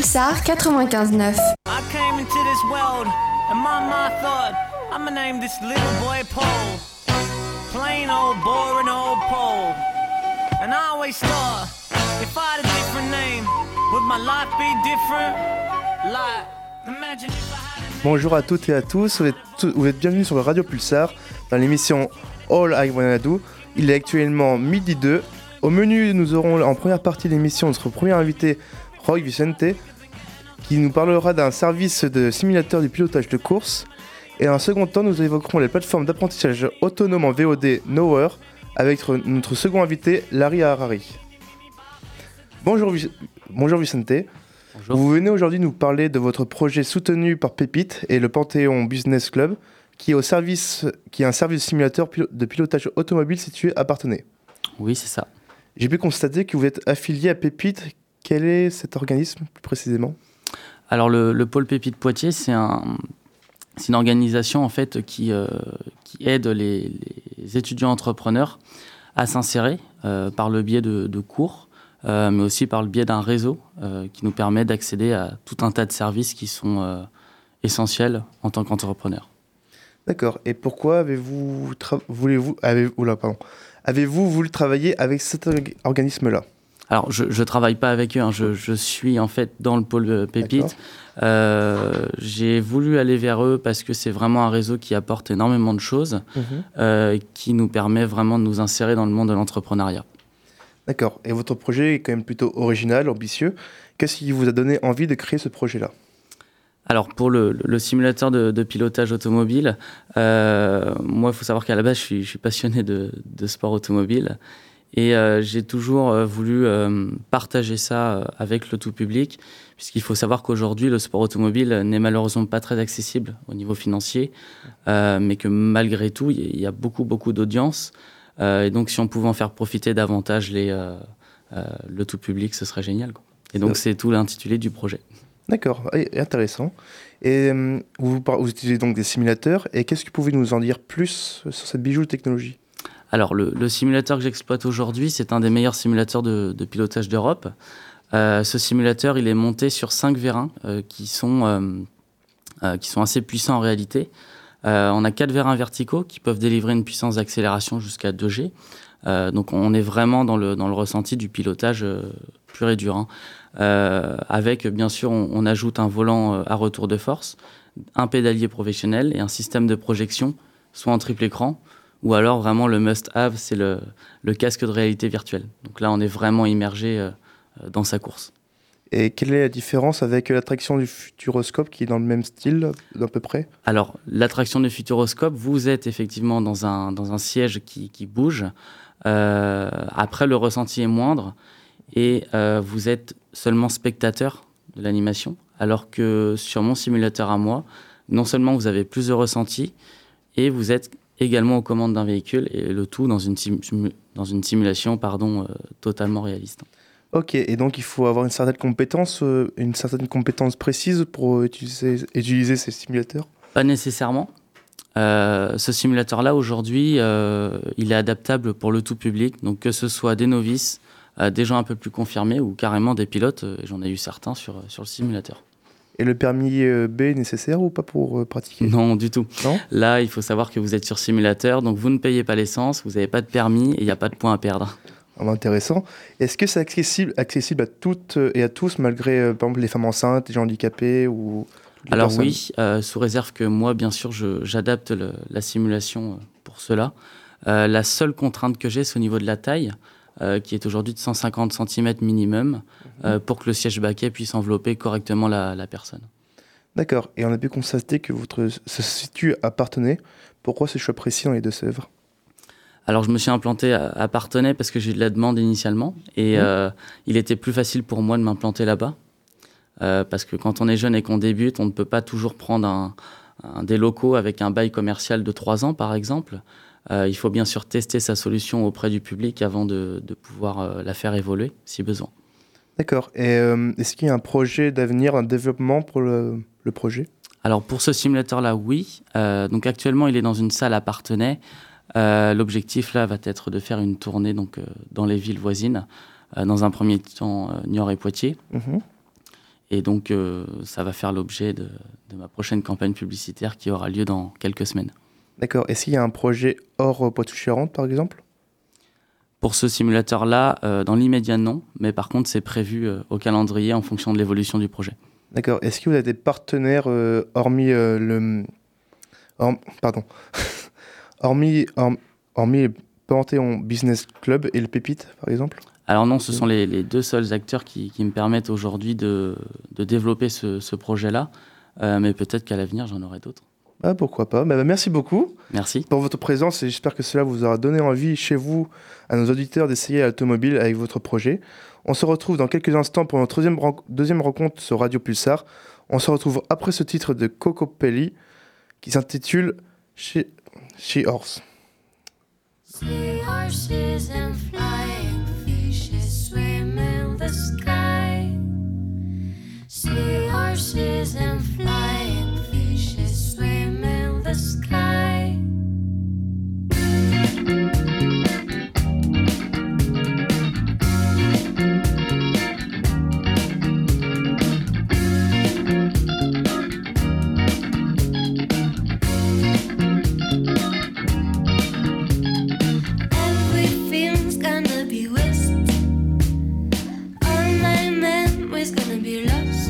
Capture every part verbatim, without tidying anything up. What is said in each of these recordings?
Pulsar quatre-vingt-quinze neuf. I came into this world and my mom thought I'ma name this little boy Paul. Plain old boring old Paul. And I always thought if I had a different name, would my life be different? Like, imagine if I had a name. Bonjour à toutes et à tous, vous êtes, tout, vous êtes bienvenus sur Radio Pulsar dans l'émission All I Wanna Do. Il est actuellement midi deux. Au menu, nous aurons en première partie de l'émission notre premier invité, Roy Vicente, qui nous parlera d'un service de simulateur du pilotage de course. Et en second temps, nous évoquerons les plateformes d'apprentissage autonome en V O D Knower avec notre second invité, Larry Harari. Bonjour, Bonjour Vicente. Bonjour. Vous venez aujourd'hui nous parler de votre projet soutenu par Pépite et le Panthéon Business Club, qui est, au service, qui est un service simulateur de pilotage automobile situé à Parthenay. Oui, c'est ça. J'ai pu constater que vous êtes affilié à Pépite. Quel est cet organisme plus précisément ? Alors le, le pôle Pépite Poitiers, c'est, un, c'est une organisation en fait qui, euh, qui aide les, les étudiants entrepreneurs à s'insérer euh, par le biais de, de cours, euh, mais aussi par le biais d'un réseau euh, qui nous permet d'accéder à tout un tas de services qui sont euh, essentiels en tant qu'entrepreneur. D'accord. Et pourquoi avez-vous, tra- voulez-vous, avez, oula, pardon, avez-vous voulu travailler avec cet organisme-là ? Alors, je ne travaille pas avec eux, hein. je, je suis en fait dans le pôle Pépite. Euh, j'ai voulu aller vers eux parce que c'est vraiment un réseau qui apporte énormément de choses, mmh. euh, qui nous permet vraiment de nous insérer dans le monde de l'entrepreneuriat. D'accord. Et votre projet est quand même plutôt original, ambitieux. Qu'est-ce qui vous a donné envie de créer ce projet-là ? Alors, pour le, le simulateur de, de pilotage automobile, euh, moi, il faut savoir qu'à la base, je suis, je suis passionné de, de sport automobile. Et euh, j'ai toujours euh, voulu euh, partager ça euh, avec le tout public, puisqu'il faut savoir qu'aujourd'hui, le sport automobile n'est malheureusement pas très accessible au niveau financier, euh, mais que malgré tout, il y a beaucoup, beaucoup d'audience. Euh, et donc, si on pouvait en faire profiter davantage les, euh, euh, le tout public, ce serait génial, quoi. Et donc, c'est tout l'intitulé du projet. D'accord, intéressant. Et euh, vous, vous utilisez donc des simulateurs. Et qu'est-ce que vous pouvez nous en dire plus sur cette bijou de technologie ? Alors, le, le simulateur que j'exploite aujourd'hui, c'est un des meilleurs simulateurs de, de pilotage d'Europe. Euh, ce simulateur, il est monté sur cinq vérins euh, qui, sont, euh, euh, qui sont assez puissants en réalité. Euh, on a quatre vérins verticaux qui peuvent délivrer une puissance d'accélération jusqu'à deux G. Euh, donc, on est vraiment dans le, dans le ressenti du pilotage euh, pur et dur, hein. Euh, avec, bien sûr, on, on ajoute un volant euh, à retour de force, un pédalier professionnel et un système de projection, soit en triple écran, ou alors vraiment le must-have, c'est le, le casque de réalité virtuelle. Donc là, on est vraiment immergé euh, dans sa course. Et quelle est la différence avec l'attraction du Futuroscope qui est dans le même style d'à peu près ? Alors, l'attraction du Futuroscope, vous êtes effectivement dans un, dans un siège qui, qui bouge. Euh, après, le ressenti est moindre et euh, vous êtes seulement spectateur de l'animation, alors que sur mon simulateur à moi, non seulement vous avez plus de ressenti et vous êtes également aux commandes d'un véhicule, et le tout dans une, sim- dans une simulation pardon, euh, totalement réaliste. Ok, et donc il faut avoir une certaine compétence, euh, une certaine compétence précise pour utiliser, utiliser ces simulateurs ? Pas nécessairement. Euh, ce simulateur-là, aujourd'hui, euh, il est adaptable pour le tout public, donc que ce soit des novices, euh, des gens un peu plus confirmés, ou carrément des pilotes, euh, j'en ai eu certains sur, sur le simulateur. Et le permis B est nécessaire ou pas pour euh, pratiquer ? Non, du tout. Non ? Là, il faut savoir que vous êtes sur simulateur, donc vous ne payez pas l'essence, vous n'avez pas de permis et il n'y a pas de points à perdre. Ah, intéressant. Est-ce que c'est accessible, accessible à toutes et à tous, malgré euh, par exemple, les femmes enceintes, les gens handicapés ou Alors personnes ? oui, euh, sous réserve que moi, bien sûr, je, j'adapte le, la simulation pour cela. Euh, la seule contrainte que j'ai, c'est au niveau de la taille, euh, qui est aujourd'hui de cent cinquante centimètres minimum, euh, pour que le siège baquet puisse envelopper correctement la, la personne. D'accord. Et on a pu constater que votre se situe à Parthenay. Pourquoi ce choix précis dans les Deux-Sèvres ? Alors, je me suis implanté à, à Parthenay parce que j'ai eu de la demande initialement. Et mmh. euh, il était plus facile pour moi de m'implanter là-bas. Euh, parce que quand on est jeune et qu'on débute, on ne peut pas toujours prendre un, un, des locaux avec un bail commercial de trois ans, par exemple. Euh, il faut bien sûr tester sa solution auprès du public avant de, de pouvoir euh, la faire évoluer, si besoin. D'accord. Et euh, est-ce qu'il y a un projet d'avenir, un développement pour le, le projet ? Alors, pour ce simulateur-là, oui. Euh, donc, actuellement, il est dans une salle à Parthenay. Euh, l'objectif, là, va être de faire une tournée donc, euh, dans les villes voisines. Euh, dans un premier temps, euh, Niort et Poitiers. Mmh. Et donc, euh, ça va faire l'objet de, de ma prochaine campagne publicitaire qui aura lieu dans quelques semaines. D'accord. Est-ce qu'il y a un projet hors Poitou-Charentes, par exemple ? Pour ce simulateur-là, euh, dans l'immédiat, non. Mais par contre, c'est prévu euh, au calendrier en fonction de l'évolution du projet. D'accord. Est-ce que vous avez des partenaires, euh, hormis euh, le... Or... Pardon. hormis, horm... hormis le Panthéon Business Club et le Pépite, par exemple ? Alors non, ce sont les, les deux seuls acteurs qui, qui me permettent aujourd'hui de, de développer ce, ce projet-là. Euh, mais peut-être qu'à l'avenir, j'en aurai d'autres. Ah, pourquoi pas. Bah, bah, merci beaucoup. Merci. Pour votre présence et j'espère que cela vous aura donné envie chez vous, à nos auditeurs, d'essayer l'automobile avec votre projet. On se retrouve dans quelques instants pour notre deuxième, ren- deuxième rencontre sur Radio Pulsar. On se retrouve après ce titre de Coco Pelli qui s'intitule She, She Horse. Sea horses and flying fishes swim in the sky. Sea horses and flying fishes swim in the sky. Everything's gonna be west. All my memories gonna be lost.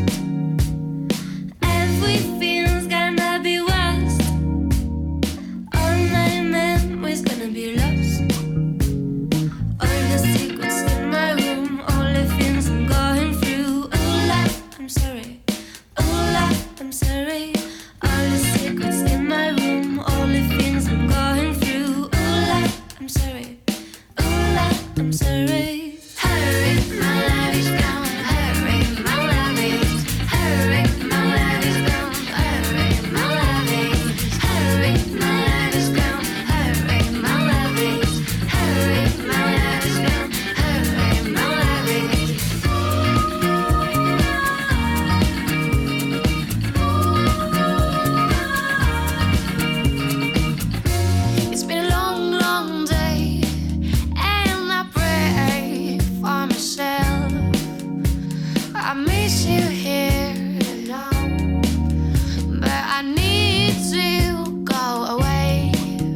Everything's gonna be west. All my memories gonna be lost. All the secrets in my room, all the things I'm going through. Oh, life, I'm sorry. Oh, life, I'm sorry. All the secrets in my room, all the things I'm going through. Oh, life, I'm sorry. Oh, life, I'm sorry. Hurry, my life is gone. Hurry, my life is. Hurry, my life is gone. Hurry, my life is. Hurry, my life is gone. Hurry, my life is. Hurry, my life is gone. Hurry, my life is. It's been a long, long day, and I pray for myself. I miss you here now, but I need to go away.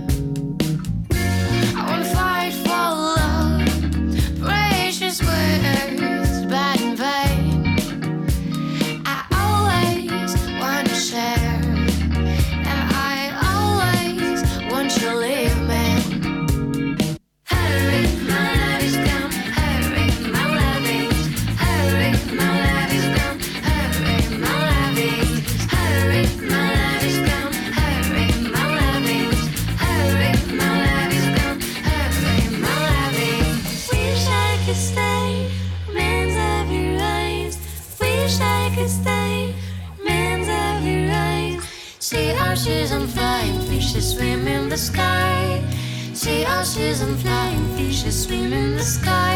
I wanna fight for love, precious words, but in vain. I always wanna share, and I always want you to leave me. Hurry, my love is gone. Hurry, my love is. Hurry, my love is gone. Hurry, my love is. Hurry, my love is gone. Hurry, my love is. Hurry, my love is gone. Hurry, my love is. Wish I could stay, remains of your eyes. Wish I could stay, remains of your eyes. See horses and flying fishes swim in the sky. See horses and flying fishes swim in the sky.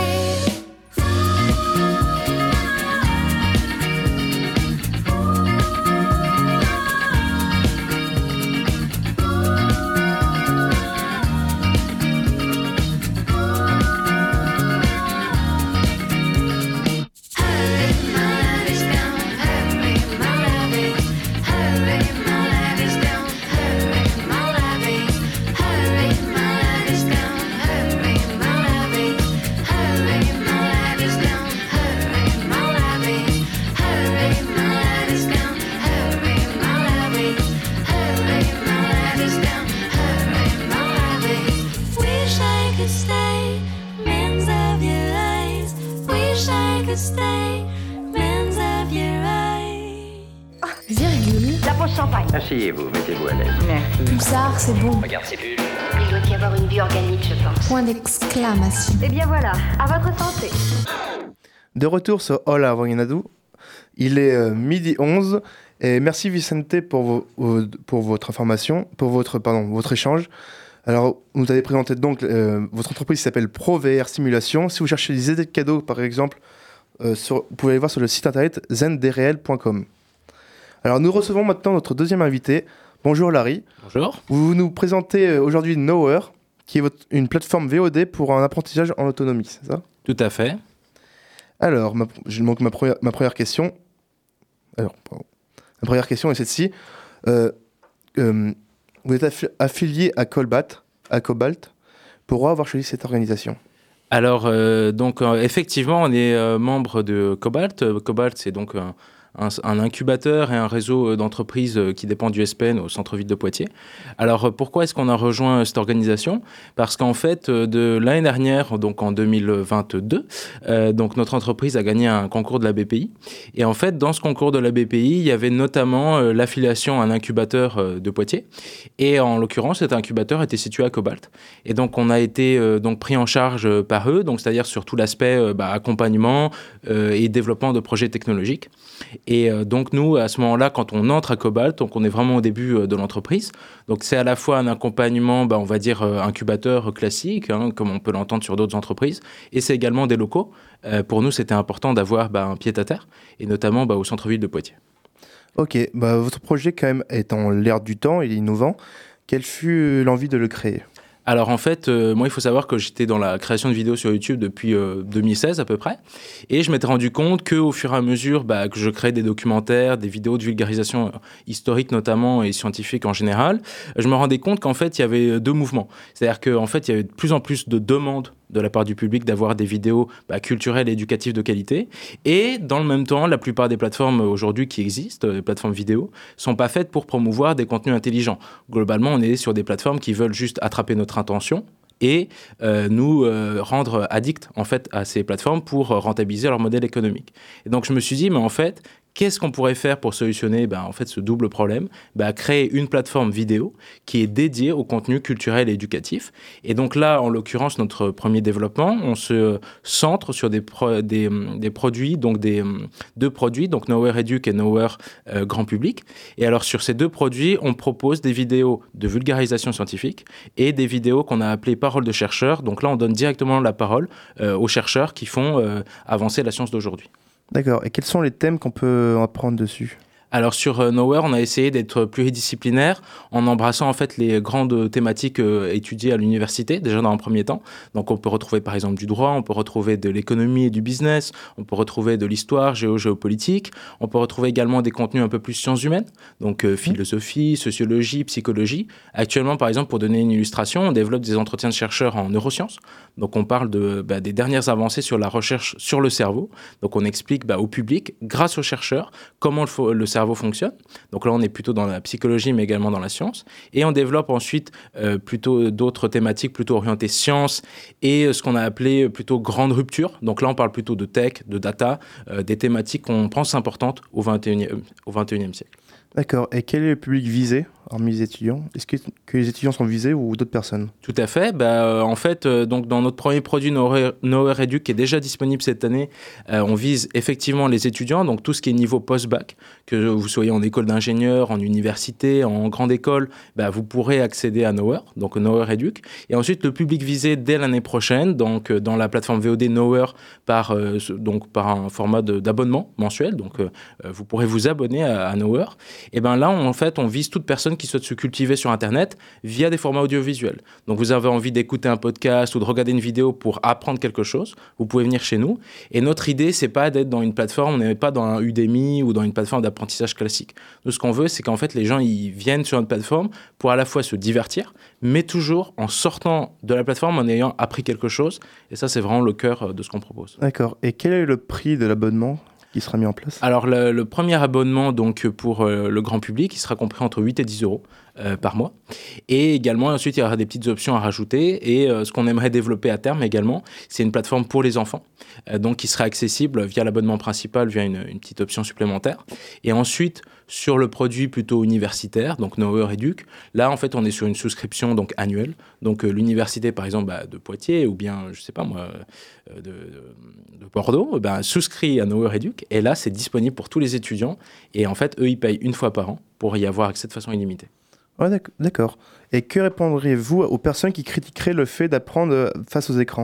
Hurry, my love is gone. Hurry, my love is. Hurry, my love is gone. Hurry, my love is. Hurry, my love is gone. Hurry, my love is. Hurry, my love is gone. Hurry, my love is. Hurry, my love is gone. Hurry, my love is. Hurry, my love is gone. Hurry, my love is. Wish I could stay, remains of your eyes. Wish I could stay, remains of your eyes. Virgule. La pause champagne. Asseyez-vous, mettez-vous à l'aise. Merci. Pulsar, c'est bon. Regarde ces bulles. Il doit y avoir une vie organique, je pense. Point d'exclamation. Eh bien voilà, à votre santé. De retour sur Hola Voyanadou. Il est euh, midi onze et merci Vicente pour, vos, vos- pour votre information, pour votre, pardon, votre échange. Alors, vous avez présenté donc euh, votre entreprise qui s'appelle Pro V R Simulation. Si vous cherchez des idées de cadeaux, par exemple, euh, sur- vous pouvez aller voir sur le site internet zen d r e l point com. Alors, nous recevons maintenant notre deuxième invité. Bonjour Larry. Bonjour. Vous nous présentez euh, aujourd'hui Knower, qui est votre- une plateforme V O D pour un apprentissage en autonomie, c'est ça ? Tout à fait. Alors, ma, je- donc ma, première, ma première question, Alors, pardon. La première question est celle-ci. Euh, euh, vous êtes affi- affilié à Cobalt, à Cobalt. Pourquoi avoir choisi cette organisation ? Alors, euh, donc, euh, effectivement, on est euh, membre de Cobalt. Euh, Cobalt, c'est donc un, un, un incubateur et un réseau d'entreprises euh, qui dépend du S P N au centre-ville de Poitiers. Alors, euh, pourquoi est-ce qu'on a rejoint euh, cette organisation ? Parce qu'en fait, euh, de l'année dernière, donc en deux mille vingt-deux, euh, donc notre entreprise a gagné un concours de la B P I. Et en fait, dans ce concours de la B P I, il y avait notamment euh, l'affiliation à un incubateur euh, de Poitiers. Et en l'occurrence, cet incubateur était situé à Cobalt. Et donc, on a été euh, donc pris en charge euh, par eux, donc c'est-à-dire sur tout l'aspect euh, bah, accompagnement euh, et développement de projets technologiques. Et euh, donc, nous, à ce moment-là, quand on entre à Cobalt, donc on est vraiment au début euh, de l'entreprise. Donc, c'est à la fois un accompagnement, bah, on va dire, euh, incubateur classique, hein, comme on peut l'entendre sur d'autres entreprises, et c'est également des locaux. Euh, pour nous, c'était important d'avoir bah, un pied-à-terre, et notamment bah, au centre-ville de Poitiers. Ok, bah, votre projet quand même est en l'air du temps, il est innovant. Quelle fut l'envie de le créer ? Alors en fait, euh, moi il faut savoir que j'étais dans la création de vidéos sur YouTube depuis euh, deux mille seize à peu près, et je m'étais rendu compte qu'au fur et à mesure bah, que je créais des documentaires, des vidéos de vulgarisation historique notamment et scientifique en général, je me rendais compte qu'en fait il y avait deux mouvements. C'est-à-dire qu'en fait il y avait de plus en plus de demandes de la part du public d'avoir des vidéos bah, culturelles et éducatives de qualité. Et dans le même temps, la plupart des plateformes aujourd'hui qui existent, les plateformes vidéo, sont pas faites pour promouvoir des contenus intelligents. Globalement, on est sur des plateformes qui veulent juste attraper notre attention et euh, nous euh, rendre addicts en fait à ces plateformes pour rentabiliser leur modèle économique. Et donc je me suis dit, mais en fait, qu'est-ce qu'on pourrait faire pour solutionner ben, en fait, ce double problème ? Ben, créer une plateforme vidéo qui est dédiée au contenu culturel et éducatif. Et donc là, en l'occurrence, notre premier développement, on se centre sur des, pro- des, des produits, donc des, deux produits, donc Nowhere Educ et Nowhere euh, Grand Public. Et alors sur ces deux produits, on propose des vidéos de vulgarisation scientifique et des vidéos qu'on a appelées paroles de chercheurs. Donc là, on donne directement la parole euh, aux chercheurs qui font euh, avancer la science d'aujourd'hui. D'accord, et quels sont les thèmes qu'on peut apprendre dessus ? Alors sur euh, Nowhere, on a essayé d'être pluridisciplinaire en embrassant en fait les grandes thématiques euh, étudiées à l'université, déjà dans un premier temps. Donc on peut retrouver par exemple du droit, on peut retrouver de l'économie et du business, on peut retrouver de l'histoire, géo, géopolitique, on peut retrouver également des contenus un peu plus sciences humaines, donc euh, philosophie, sociologie, psychologie. Actuellement par exemple, pour donner une illustration, on développe des entretiens de chercheurs en neurosciences. Donc on parle de, bah, des dernières avancées sur la recherche sur le cerveau. Donc on explique bah, au public, grâce aux chercheurs, comment le, le cerveau fonctionne. Donc là, on est plutôt dans la psychologie, mais également dans la science. Et on développe ensuite euh, plutôt d'autres thématiques plutôt orientées sciences et euh, ce qu'on a appelé plutôt grande rupture. Donc là, on parle plutôt de tech, de data, euh, des thématiques qu'on pense importantes au vingt et unième, au vingt et unième siècle. D'accord, et quel est le public visé, hormis les étudiants ? Est-ce que, que les étudiants sont visés ou d'autres personnes ? Tout à fait. Bah, euh, en fait, euh, donc, dans notre premier produit Nowhere, Nowhere Educ, qui est déjà disponible cette année, euh, on vise effectivement les étudiants, donc tout ce qui est niveau post-bac, que vous soyez en école d'ingénieur, en université, en grande école, bah, vous pourrez accéder à Nowhere, donc Nowhere Educ. Et ensuite, le public visé dès l'année prochaine, donc euh, dans la plateforme V O D Nowhere, par, euh, donc, par un format de, d'abonnement mensuel. Donc, euh, vous pourrez vous abonner à, à Nowhere. Et bien là, on, en fait, on vise toute personne qui souhaite se cultiver sur Internet via des formats audiovisuels. Donc, vous avez envie d'écouter un podcast ou de regarder une vidéo pour apprendre quelque chose, vous pouvez venir chez nous. Et notre idée, c'est pas d'être dans une plateforme, on n'est pas dans un Udemy ou dans une plateforme d'apprentissage classique. Nous, ce qu'on veut, c'est qu'en fait, les gens, ils viennent sur notre plateforme pour à la fois se divertir, mais toujours en sortant de la plateforme en ayant appris quelque chose. Et ça, c'est vraiment le cœur de ce qu'on propose. D'accord. Et quel est le prix de l'abonnement qui sera mis en place ? Alors, le, le premier abonnement donc, pour euh, le grand public, il sera compris entre huit et dix euros euh, par mois. Et également, ensuite, il y aura des petites options à rajouter. Et euh, ce qu'on aimerait développer à terme également, c'est une plateforme pour les enfants, euh, donc qui sera accessible via l'abonnement principal, via une, une petite option supplémentaire. Et ensuite, sur le produit plutôt universitaire, donc Nowhere Educ, là, en fait, on est sur une souscription donc, annuelle. Donc, euh, l'université, par exemple, bah, de Poitiers ou bien, je ne sais pas moi, euh, de, de, de Bordeaux, bah, souscrit à Nowhere Educ. Et là, c'est disponible pour tous les étudiants. Et en fait, eux, ils payent une fois par an pour y avoir accès de façon illimitée. Ouais, d'accord. Et que répondriez-vous aux personnes qui critiqueraient le fait d'apprendre face aux écrans ?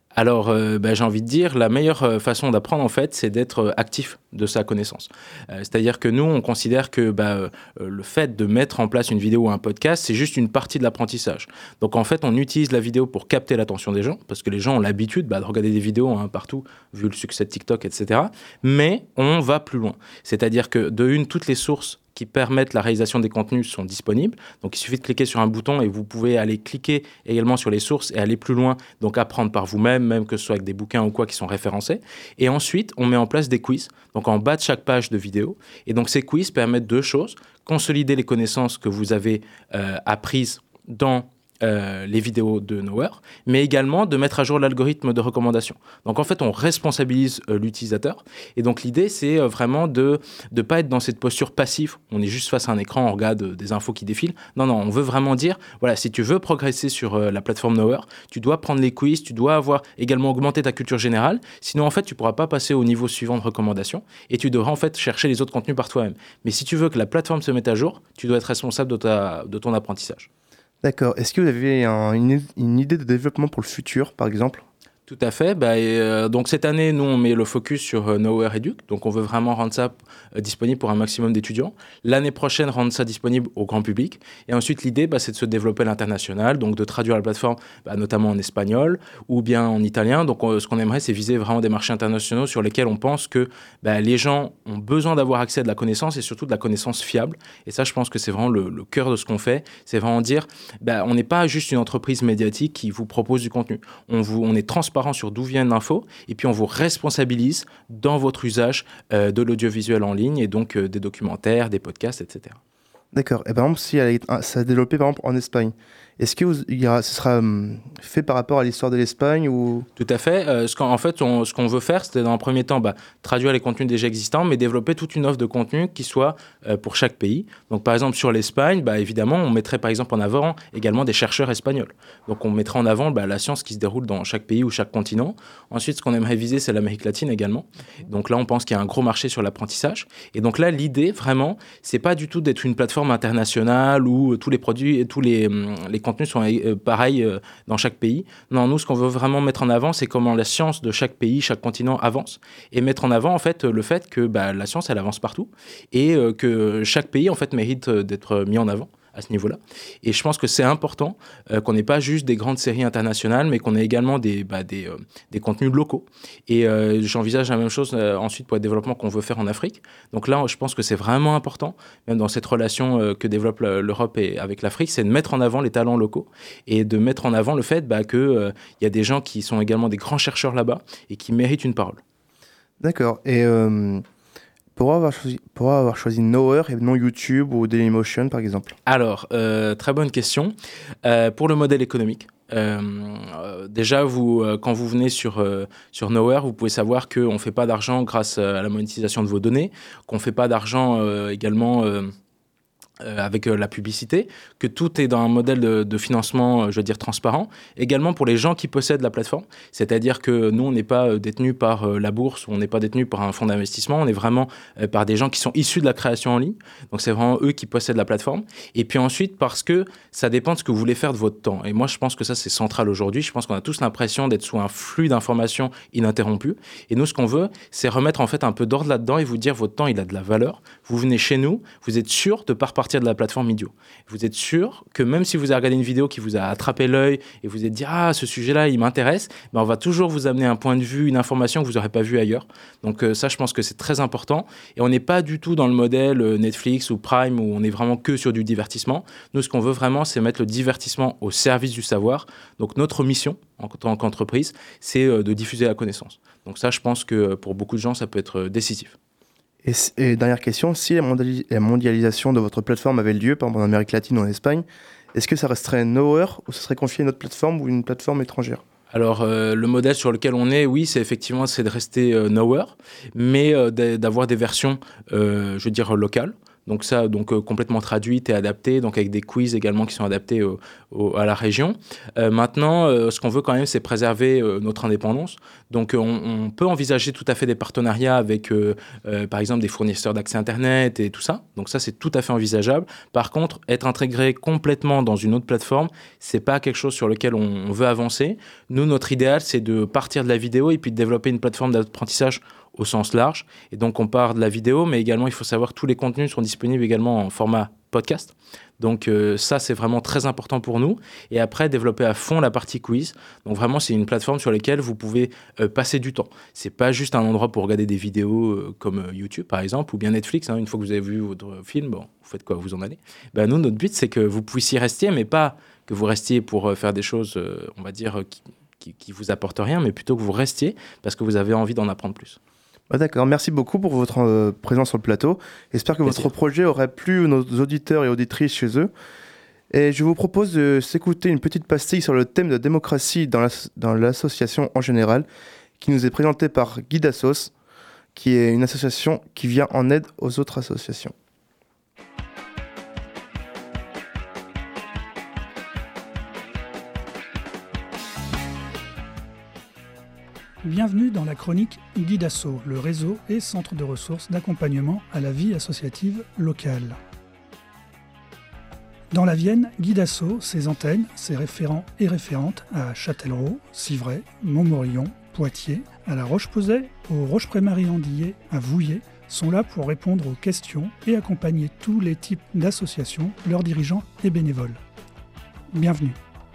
Alors, euh, bah, j'ai envie de dire, la meilleure euh, façon d'apprendre, en fait, c'est d'être euh, actif de sa connaissance. Euh, c'est-à-dire que nous, on considère que bah, euh, le fait de mettre en place une vidéo ou un podcast, c'est juste une partie de l'apprentissage. Donc, en fait, on utilise la vidéo pour capter l'attention des gens, parce que les gens ont l'habitude bah, de regarder des vidéos hein, partout, vu le succès de TikTok, et cetera. Mais on va plus loin. C'est-à-dire que, de une, toutes les sources qui permettent la réalisation des contenus sont disponibles. Donc, il suffit de cliquer sur un bouton et vous pouvez aller cliquer également sur les sources et aller plus loin, donc apprendre par vous-même, même que ce soit avec des bouquins ou quoi qui sont référencés. Et ensuite, on met en place des quiz, donc en bas de chaque page de vidéo. Et donc, ces quiz permettent deux choses. Consolider les connaissances que vous avez euh, apprises dans Euh, les vidéos de Nowhere, mais également de mettre à jour l'algorithme de recommandation. Donc en fait, on responsabilise euh, l'utilisateur. Et donc l'idée, c'est euh, vraiment de ne pas être dans cette posture passive. On est juste face à un écran, on regarde euh, des infos qui défilent. Non, non, on veut vraiment dire, voilà, si tu veux progresser sur euh, la plateforme Nowhere, tu dois prendre les quiz, tu dois avoir également augmenté ta culture générale. Sinon, en fait, tu ne pourras pas passer au niveau suivant de recommandation et tu devras en fait chercher les autres contenus par toi-même. Mais si tu veux que la plateforme se mette à jour, tu dois être responsable de, ta, de ton apprentissage. D'accord. Est-ce que vous avez un- une, une idée de développement pour le futur, par exemple? Tout à fait. Bah, et, euh, donc cette année, nous, on met le focus sur euh, Nowhere Educ. Donc on veut vraiment rendre ça euh, disponible pour un maximum d'étudiants. L'année prochaine, rendre ça disponible au grand public. Et ensuite, l'idée, bah, c'est de se développer à l'international, donc de traduire la plateforme, bah, notamment en espagnol ou bien en italien. Donc on- ce qu'on aimerait, c'est viser vraiment des marchés internationaux sur lesquels on pense que bah, les gens ont besoin d'avoir accès à de la connaissance et surtout de la connaissance fiable. Et ça, je pense que c'est vraiment le, le cœur de ce qu'on fait. C'est vraiment dire, bah, on n'est pas juste une entreprise médiatique qui vous propose du contenu. On, vous, on est transparent sur d'où vient l'info et puis on vous responsabilise dans votre usage euh, de l'audiovisuel en ligne et donc euh, des documentaires, des podcasts, et cetera. D'accord. Et par exemple, si elle est- ah, ça a développé par exemple en Espagne, est-ce que vous- il y aura, ce sera hum, fait par rapport à l'histoire de l'Espagne ou... Tout à fait. Euh, ce qu'en en fait, on- ce qu'on veut faire, c'était dans un premier temps bah, traduire les contenus déjà existants, mais développer toute une offre de contenu qui soit euh, pour chaque pays. Donc, par exemple, sur l'Espagne, bah, évidemment, on mettrait par exemple en avant également des chercheurs espagnols. Donc, on mettrait en avant bah, la science qui se déroule dans chaque pays ou chaque continent. Ensuite, ce qu'on aimerait viser, c'est l'Amérique latine également. Donc là, on pense qu'il y a un gros marché sur l'apprentissage. Et donc là, l'idée, vraiment, c'est pas du tout d'être une plateforme internationale où euh, tous les produits et tous les, hum, les contenus sont euh, pareils euh, dans chaque pays. Non, nous, ce qu'on veut vraiment mettre en avant, c'est comment la science de chaque pays, chaque continent avance et mettre en avant, en fait, le fait que bah, la science, elle avance partout et euh, que chaque pays, en fait, mérite euh, d'être mis en avant à ce niveau-là. Et je pense que c'est important euh, qu'on n'ait pas juste des grandes séries internationales, mais qu'on ait également des, bah, des, euh, des contenus locaux. Et euh, j'envisage la même chose euh, ensuite pour le développement qu'on veut faire en Afrique. Donc là, je pense que c'est vraiment important, même dans cette relation euh, que développe la- l'Europe et avec l'Afrique, c'est de mettre en avant les talents locaux et de mettre en avant le fait bah, qu'il euh, y a des gens qui sont également des grands chercheurs là-bas et qui méritent une parole. D'accord. Et euh, pourquoi avoir choisi, pourquoi avoir choisi Nowhere et non YouTube ou Dailymotion, par exemple? Alors, euh, très bonne question. Euh, pour le modèle économique, euh, euh, déjà, vous, euh, quand vous venez sur, euh, sur Nowhere, vous pouvez savoir qu'on ne fait pas d'argent grâce à la monétisation de vos données, qu'on ne fait pas d'argent euh, également... euh, euh, avec euh, la publicité, que tout est dans un modèle de, de financement, euh, je veux dire, transparent. Également pour les gens qui possèdent la plateforme, c'est-à-dire que nous, on n'est pas euh, détenus par euh, la bourse, on n'est pas détenus par un fonds d'investissement, on est vraiment euh, par des gens qui sont issus de la création en ligne. Donc, c'est vraiment eux qui possèdent la plateforme. Et puis ensuite, parce que ça dépend de ce que vous voulez faire de votre temps. Et moi, je pense que ça, c'est central aujourd'hui. Je pense qu'on a tous l'impression d'être sous un flux d'informations ininterrompu. Et nous, ce qu'on veut, c'est remettre en fait un peu d'ordre là-dedans et vous dire votre temps, il a de la valeur. Vous venez chez nous, vous êtes sûr de ne pas repartir de la plateforme Idio. Vous êtes sûr que même si vous avez regardé une vidéo qui vous a attrapé l'œil et vous êtes dit « Ah, ce sujet-là, il m'intéresse », ben on va toujours vous amener un point de vue, une information que vous n'aurez pas vue ailleurs. Donc euh, ça, je pense que c'est très important. Et on n'est pas du tout dans le modèle euh, Netflix ou Prime où on est vraiment que sur du divertissement. Nous, ce qu'on veut vraiment, c'est mettre le divertissement au service du savoir. Donc notre mission, en tant qu'entreprise, c'est euh, de diffuser la connaissance. Donc ça, je pense que pour beaucoup de gens, ça peut être euh, décisif. Et, s- et dernière question, si la, mondiali- la mondialisation de votre plateforme avait lieu, par exemple en Amérique latine ou en Espagne, est-ce que ça resterait Nowhere ou ça serait confié à une autre plateforme ou une plateforme étrangère? Alors, euh, le modèle sur lequel on est, oui, c'est effectivement c'est de rester euh, Nowhere, mais euh, d'a- d'avoir des versions, euh, je veux dire, locales. Donc ça, donc euh, complètement traduite et adaptée, donc avec des quiz également qui sont adaptés au, au, à la région. Euh, maintenant, euh, ce qu'on veut quand même, c'est préserver euh, notre indépendance. Donc on, on peut envisager tout à fait des partenariats avec, euh, euh, par exemple, des fournisseurs d'accès Internet et tout ça. Donc ça, c'est tout à fait envisageable. Par contre, être intégré complètement dans une autre plateforme, c'est pas quelque chose sur lequel on, on veut avancer. Nous, notre idéal, c'est de partir de la vidéo et puis de développer une plateforme d'apprentissage au sens large. Et donc, on part de la vidéo, mais également, il faut savoir que tous les contenus sont disponibles également en format podcast. Donc, euh, ça, c'est vraiment très important pour nous. Et après, développer à fond la partie quiz. Donc, vraiment, c'est une plateforme sur laquelle vous pouvez euh, passer du temps. C'est pas juste un endroit pour regarder des vidéos euh, comme euh, YouTube, par exemple, ou bien Netflix. Hein. Une fois que vous avez vu votre film, bon, vous faites quoi? Vous en allez. Ben, nous, notre but, c'est que vous puissiez rester, mais pas que vous restiez pour euh, faire des choses, euh, on va dire, euh, qui, qui, qui vous apportent rien, mais plutôt que vous restiez parce que vous avez envie d'en apprendre plus. Ah, d'accord, merci beaucoup pour votre euh, présence sur le plateau. J'espère que Merci. votre projet aurait plu à nos auditeurs et auditrices chez eux. Et je vous propose de s'écouter une petite pastille sur le thème de la démocratie dans, la, dans l'association en général, qui nous est présentée par Guy Dassos, qui est une association qui vient en aide aux autres associations. Bienvenue dans la chronique Guy Dassos, le réseau et centre de ressources d'accompagnement à la vie associative locale. Dans la Vienne, Guy Dassos, ses antennes, ses référents et référentes à Châtellerault, Civray, Montmorillon, Poitiers, à La Roche-Posay, au Roche-Pré-Marie-Andillé, à Vouillers, sont là pour répondre aux questions et accompagner tous les types d'associations, leurs dirigeants et bénévoles. Bienvenue.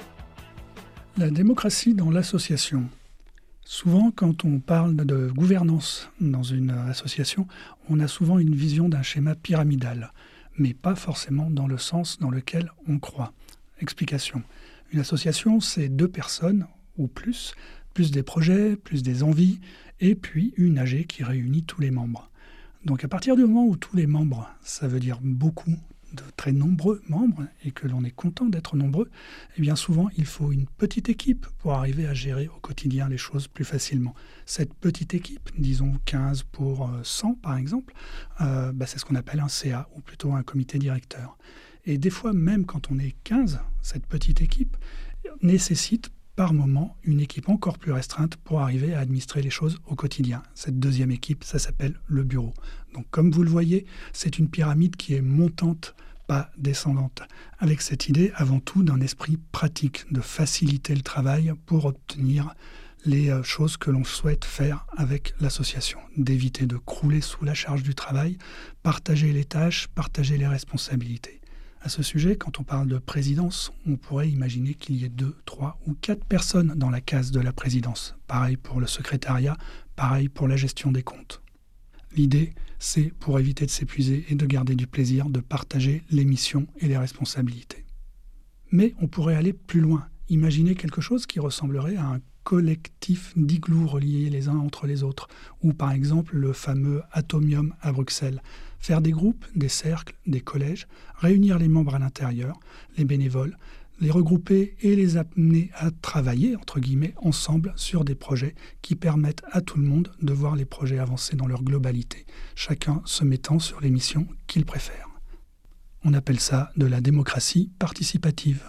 La démocratie dans l'association. Souvent, quand on parle de gouvernance dans une association, on a souvent une vision d'un schéma pyramidal, mais pas forcément dans le sens dans lequel on croit. Explication. Une association, c'est deux personnes ou plus, plus des projets, plus des envies, et puis une A G qui réunit tous les membres. Donc à partir du moment où tous les membres, ça veut dire beaucoup, de très nombreux membres, et que l'on est content d'être nombreux, eh bien souvent il faut une petite équipe pour arriver à gérer au quotidien les choses plus facilement. Cette petite équipe, disons quinze pour cent par exemple, euh, bah c'est ce qu'on appelle un C A, ou plutôt un comité directeur. Et des fois, même quand on est quinze, cette petite équipe nécessite par moment une équipe encore plus restreinte pour arriver à administrer les choses au quotidien. Cette deuxième équipe, ça s'appelle le bureau. Donc comme vous le voyez, c'est une pyramide qui est montante, pas descendante, avec cette idée avant tout d'un esprit pratique, de faciliter le travail pour obtenir les choses que l'on souhaite faire avec l'association, d'éviter de crouler sous la charge du travail, partager les tâches, partager les responsabilités. À ce sujet, quand on parle de présidence, on pourrait imaginer qu'il y ait deux, trois ou quatre personnes dans la case de la présidence. Pareil pour le secrétariat, pareil pour la gestion des comptes. L'idée, c'est, pour éviter de s'épuiser et de garder du plaisir, de partager les missions et les responsabilités. Mais on pourrait aller plus loin, imaginer quelque chose qui ressemblerait à un collectif d'iglous reliés les uns entre les autres, ou par exemple le fameux Atomium à Bruxelles. Faire des groupes, des cercles, des collèges, réunir les membres à l'intérieur, les bénévoles, les regrouper et les amener à travailler, entre guillemets, ensemble sur des projets qui permettent à tout le monde de voir les projets avancer dans leur globalité, chacun se mettant sur les missions qu'il préfère. On appelle ça de la démocratie participative.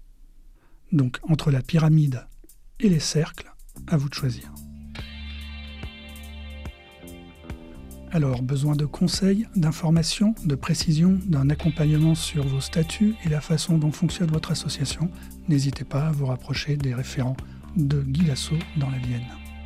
Donc, entre la pyramide et les cercles, à vous de choisir. Alors, besoin de conseils, d'informations, de précisions, d'un accompagnement sur vos statuts et la façon dont fonctionne votre association, n'hésitez pas à vous rapprocher des référents de Guy Dassos dans la Vienne.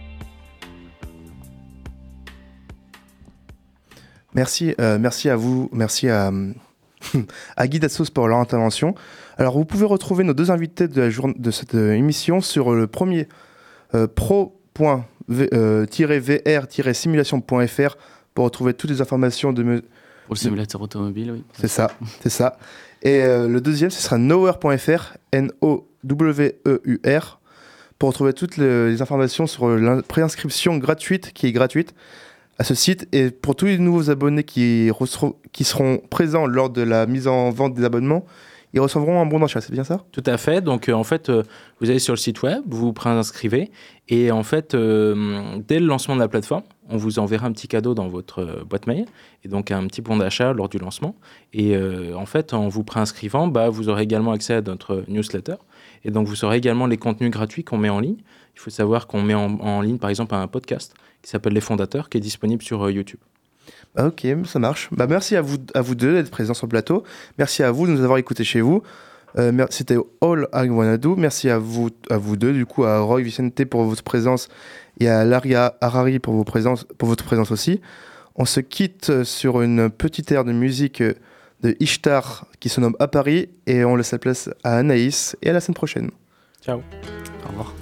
Merci, euh, merci à vous, merci à, à Guy Dassos pour leur intervention. Alors, vous pouvez retrouver nos deux invités de, la journée, de cette euh, émission sur le premier euh, pro point v r tiret simulation point f r pour retrouver toutes les informations de... Me... Pour le simulateur automobile, oui. C'est ça, c'est ça. Et euh, le deuxième, ce sera nowhere point f r, N O W E U R, pour retrouver toutes les, les informations sur la préinscription gratuite, qui est gratuite, à ce site. Et pour tous les nouveaux abonnés qui, qui seront présents lors de la mise en vente des abonnements, ils recevront un bon d'achat, c'est bien ça ? Tout à fait. Donc, euh, en fait, euh, vous allez sur le site web, vous vous préinscrivez. Et en fait, euh, dès le lancement de la plateforme, on vous enverra un petit cadeau dans votre euh, boîte mail. Et donc, un petit bon d'achat lors du lancement. Et euh, en fait, en vous préinscrivant, bah, vous aurez également accès à notre newsletter. Et donc, vous aurez également les contenus gratuits qu'on met en ligne. Il faut savoir qu'on met en, en ligne, par exemple, un podcast qui s'appelle Les Fondateurs, qui est disponible sur euh, YouTube. Ah, ok, ça marche. Bah, merci à vous, à vous deux d'être présents sur le plateau. Merci à vous de nous avoir écoutés chez vous. Euh, mer- c'était All I Wanna Do. Merci à vous, à vous deux, du coup, à Roy Vicente pour votre présence et à Laria Harari pour, vos présences, pour votre présence aussi. On se quitte sur une petite aire de musique de Ishtar qui se nomme À Paris et on laisse la place à Anaïs et à la semaine prochaine. Ciao. Au revoir.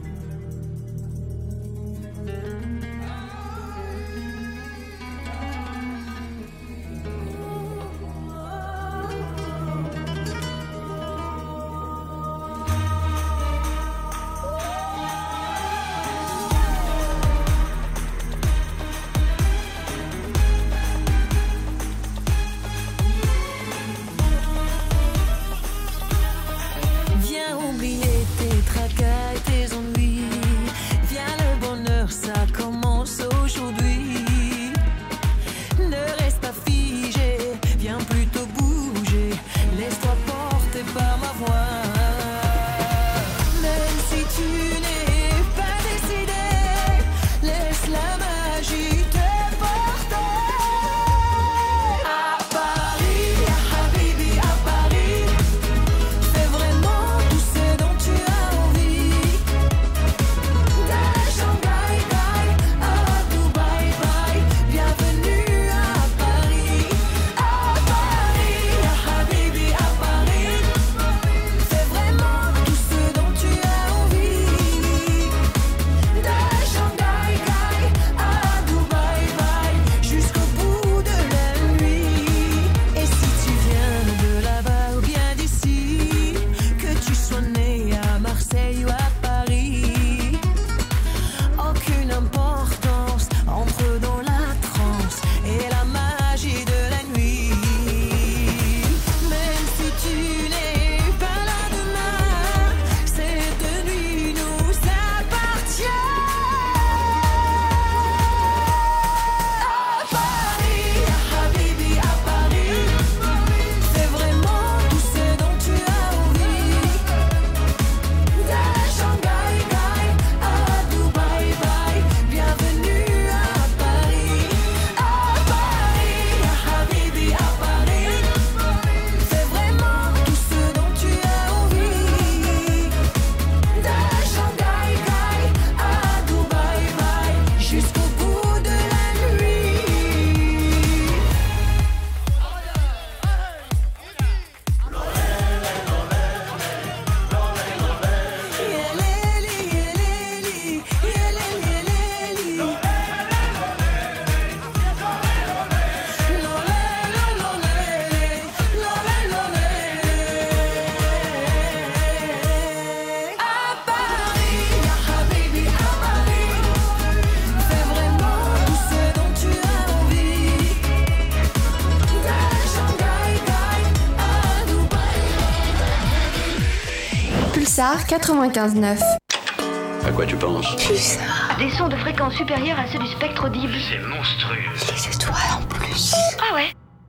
Viens oublier tes tracas et tes ennuis. Viens, le bonheur, ça commence aujourd'hui. Ne reste pas figé, viens plutôt bouger. Laisse-toi porter par ma voix. Même si tu n'es pas décidé, laisse la magie te porter. À Paris, à Habibi, à Paris. Fais vraiment tout ce dont tu as envie. De Shanghai à Dubaï, bye. Bienvenue à Paris. À Paris, à Habibi, à Paris. Fais vraiment tout ce dont tu as envie. De Shanghai à Dubaï, bye. Jusqu'au bout de la nuit. Et si tu viens de là-bas ou bien d'ici, que tu sois né à Marseille ou à Paris, aucune importance, entre dans la transe et la magie de la nuit. Même si tu n'es pas là demain, cette nuit nous appartient. À Paris, à Habibi, à Paris. Fais vraiment tout ce dont tu as envie. De Shanghai à Dubaï, bye. Bienvenue à Paris. À Paris, à Habibi, à Paris. Fais vraiment tout ce dont tu as envie. De Shanghai à Dubaï, bye. Jusqu'au bout de la nuit. Yeleli, yeleli, yeleli, yeleli. Lolé, lolé, lolé, lolé. À Paris, à Habibi, à Paris. Fais vraiment tout ce dont tu as envie. De Shanghai à Dubaï. Pulsar quatre-vingt-quinze neuf. À quoi tu penses? Des sons de fréquence supérieure à ceux du spectre audible. C'est monstrueux. Les étoiles.